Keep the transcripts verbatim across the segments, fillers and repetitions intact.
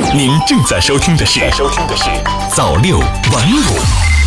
您正在收听的是收听的是早六晚五。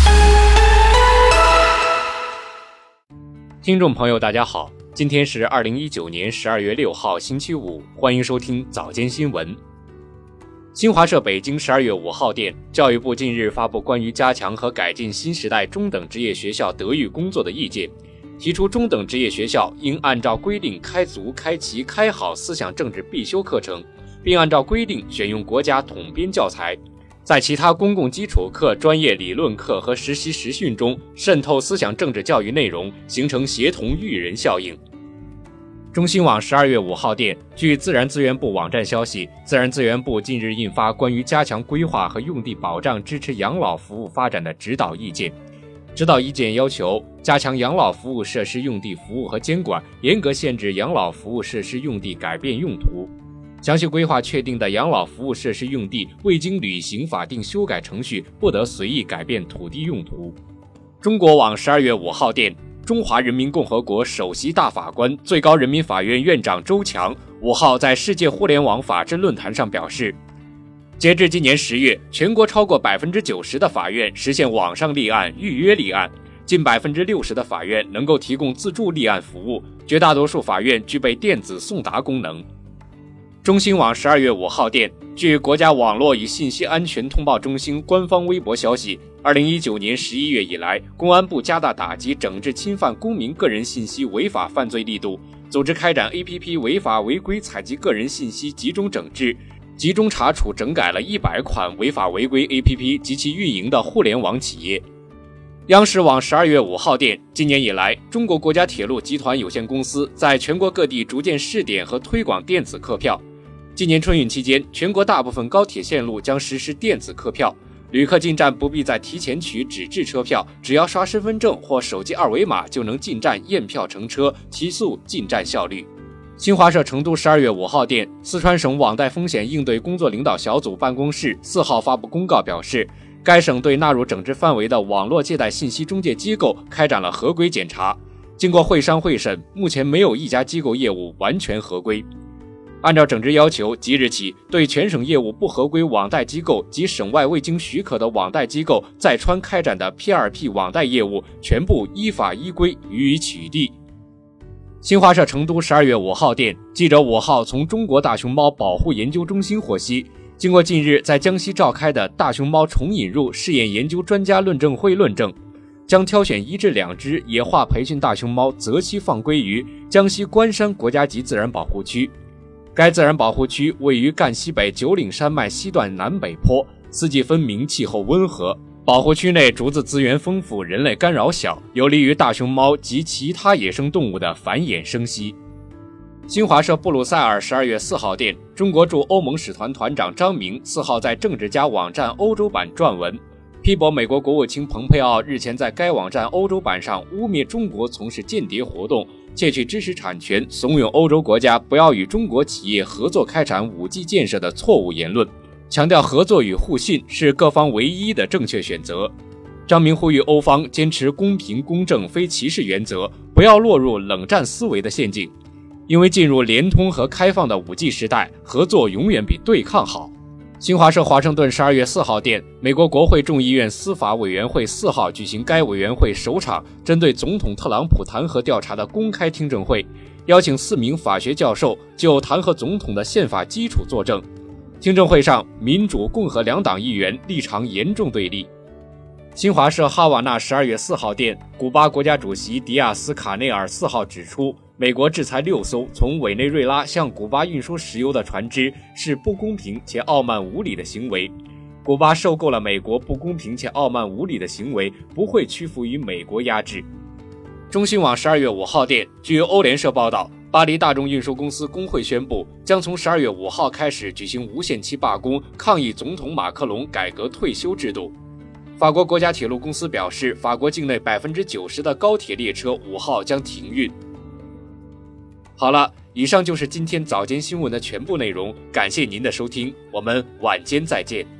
听众朋友大家好，今天是二零一九年十二月六号星期五，欢迎收听早间新闻。新华社北京十二月五号电，教育部近日发布关于加强和改进新时代中等职业学校德育工作的意见，提出中等职业学校应按照规定开足、开齐、开好思想政治必修课程，并按照规定选用国家统编教材，在其他公共基础课、专业理论课和实习实训中渗透思想政治教育内容，形成协同育人效应。中新网十二月五号电，据自然资源部网站消息，自然资源部近日印发关于加强规划和用地保障支持养老服务发展的指导意见。指导意见要求加强养老服务设施用地服务和监管，严格限制养老服务设施用地改变用途。详细规划确定的养老服务设施用地未经履行法定修改程序，不得随意改变土地用途。中国网十二月五号电，中华人民共和国首席大法官、最高人民法院院长周强五号在世界互联网法治论坛上表示，截至今年十月，全国超过百分之九十的法院实现网上立案、预约立案，近百分之六十的法院能够提供自助立案服务，绝大多数法院具备电子送达功能。中新网十二月五号电，据国家网络与信息安全通报中心官方微博消息，二零一九年十一月以来，公安部加大打击整治侵犯公民个人信息违法犯罪力度，组织开展 A P P 违法违规采集个人信息集中整治，集中查处整改了一百款违法违规 A P P 及其运营的互联网企业。央视网十二月五号电，今年以来，中国国家铁路集团有限公司在全国各地逐渐试点和推广电子客票。今年春运期间，全国大部分高铁线路将实施电子客票，旅客进站不必再提前取纸质车票，只要刷身份证或手机二维码就能进站验票乘车，提速进站效率。新华社成都十二月五号电，四川省网贷风险应对工作领导小组办公室四号发布公告表示，该省对纳入整治范围的网络借贷信息中介机构开展了合规检查，经过会商会审，目前没有一家机构业务完全合规。按照整治要求，即日起对全省业务不合规网贷机构及省外未经许可的网贷机构在川开展的 P 二 P 网贷业务全部依法依规予以取缔。新华社成都十二月五号电，记者五号从中国大熊猫保护研究中心获悉，经过近日在江西召开的大熊猫重引入试验研究专家论证会论证，将挑选一至两只野化培训大熊猫择期放归于江西关山国家级自然保护区。该自然保护区位于赣西北九岭山脉西段南北坡，四季分明，气候温和。保护区内竹子资源丰富，人类干扰小，有利于大熊猫及其他野生动物的繁衍生息。新华社布鲁塞尔十二月四号电，中国驻欧盟使团团长张明四号在政治家网站欧洲版撰文，批驳美国国务卿蓬佩奥日前在该网站欧洲版上污蔑中国从事间谍活动，窃取知识产权，怂恿欧洲国家不要与中国企业合作开展 五 G 建设的错误言论，强调合作与互信是各方唯一的正确选择。张明呼吁欧方坚持公平公正非歧视原则，不要落入冷战思维的陷阱，因为进入联通和开放的 五 G 时代，合作永远比对抗好。新华社华盛顿十二月四号电，美国国会众议院司法委员会四号举行该委员会首场针对总统特朗普弹劾调查的公开听证会，邀请四名法学教授就弹劾总统的宪法基础作证。听证会上，民主、共和两党议员立场严重对立。新华社哈瓦那十二月四号电，古巴国家主席迪亚斯卡内尔四号指出，美国制裁六艘从委内瑞拉向古巴运输石油的船只是不公平且傲慢无礼的行为。古巴受够了美国不公平且傲慢无礼的行为，不会屈服于美国压制。中新网十二月五号电，据欧联社报道，巴黎大众运输公司工会宣布，将从十二月五号开始举行无限期罢工，抗议总统马克龙改革退休制度。法国国家铁路公司表示，法国境内 百分之九十 的高铁列车五号将停运。好了，以上就是今天早间新闻的全部内容，感谢您的收听，我们晚间再见。